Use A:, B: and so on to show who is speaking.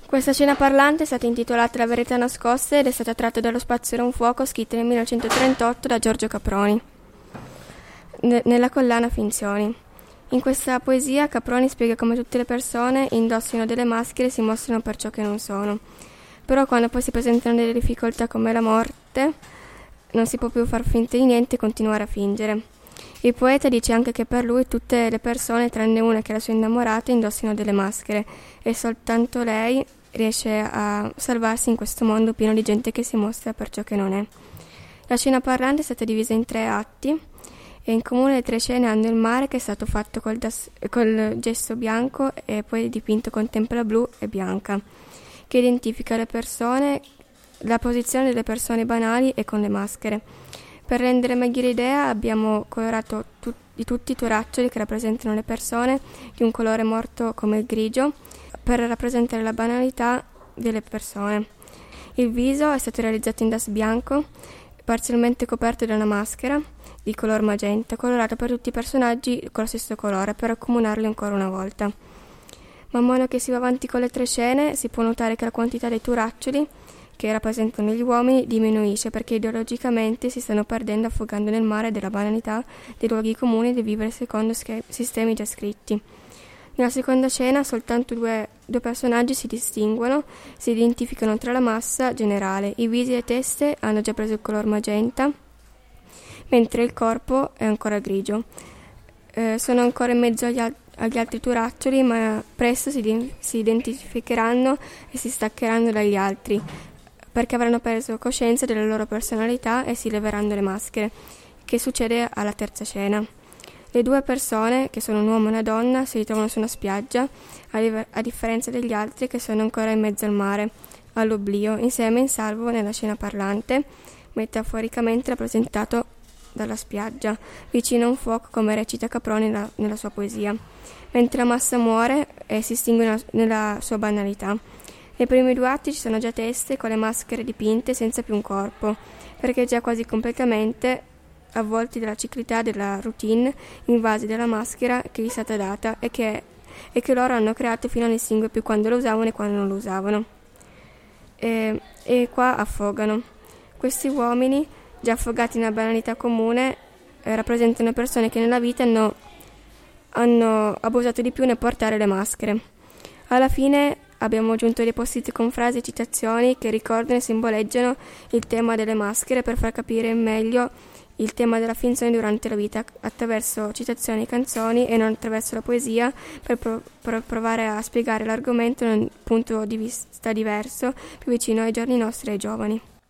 A: Questa scena parlante è stata intitolata La verità nascosta ed è stata tratta dallo Spazio era un fuoco, scritta nel 1938 da Giorgio Caproni, nella collana Finzioni. In questa poesia Caproni spiega come tutte le persone indossino delle maschere e si mostrano per ciò che non sono. Però quando poi si presentano delle difficoltà come la morte, non si può più far finta di niente e continuare a fingere. Il poeta dice anche che per lui tutte le persone, tranne una che è la sua innamorata, indossino delle maschere e soltanto lei riesce a salvarsi in questo mondo pieno di gente che si mostra per ciò che non è. La scena parlante è stata divisa in 3 atti e in comune le 3 scene hanno il mare che è stato fatto col gesso bianco e poi dipinto con tempera blu e bianca, che identifica le persone, la posizione delle persone banali e con le maschere. Per rendere meglio l'idea abbiamo colorato tutti i turaccioli che rappresentano le persone di un colore morto come il grigio per rappresentare la banalità delle persone. Il viso è stato realizzato in das bianco, parzialmente coperto da una maschera di color magenta, colorata per tutti i personaggi con lo stesso colore per accomunarli ancora una volta. Man mano che si va avanti con le 3 scene si può notare che la quantità dei turaccioli che rappresentano gli uomini diminuisce perché ideologicamente si stanno perdendo affogando nel mare della banalità dei luoghi comuni di vivere secondo sistemi già scritti. Nella seconda scena soltanto due personaggi si distinguono, si identificano tra la massa generale. I visi e le teste hanno già preso il color magenta, mentre il corpo è ancora grigio. Sono ancora in mezzo agli altri turaccioli, ma presto si identificheranno e si staccheranno dagli altri, perché avranno preso coscienza della loro personalità e si leveranno le maschere, che succede alla terza scena. Le 2 persone, che sono un uomo e una donna, si ritrovano su una spiaggia, a differenza degli altri che sono ancora in mezzo al mare, all'oblio, insieme in salvo nella scena parlante, metaforicamente rappresentato dalla spiaggia, vicino a un fuoco come recita Caproni nella sua poesia, mentre la massa muore e si estingue nella sua banalità. Nei primi 2 atti ci sono già teste con le maschere dipinte senza più un corpo, perché già quasi completamente avvolti dalla ciclicità della routine, invasi dalla maschera che gli è stata data e che loro hanno creato fino a non distinguere più quando lo usavano e quando non lo usavano. E qua affogano. Questi uomini, già affogati nella banalità comune, rappresentano persone che nella vita hanno abusato di più nel portare le maschere. Alla fine abbiamo aggiunto dei post-it con frasi e citazioni che ricordano e simboleggiano il tema delle maschere per far capire meglio il tema della finzione durante la vita attraverso citazioni e canzoni e non attraverso la poesia per provare a spiegare l'argomento da un punto di vista diverso, più vicino ai giorni nostri e ai giovani.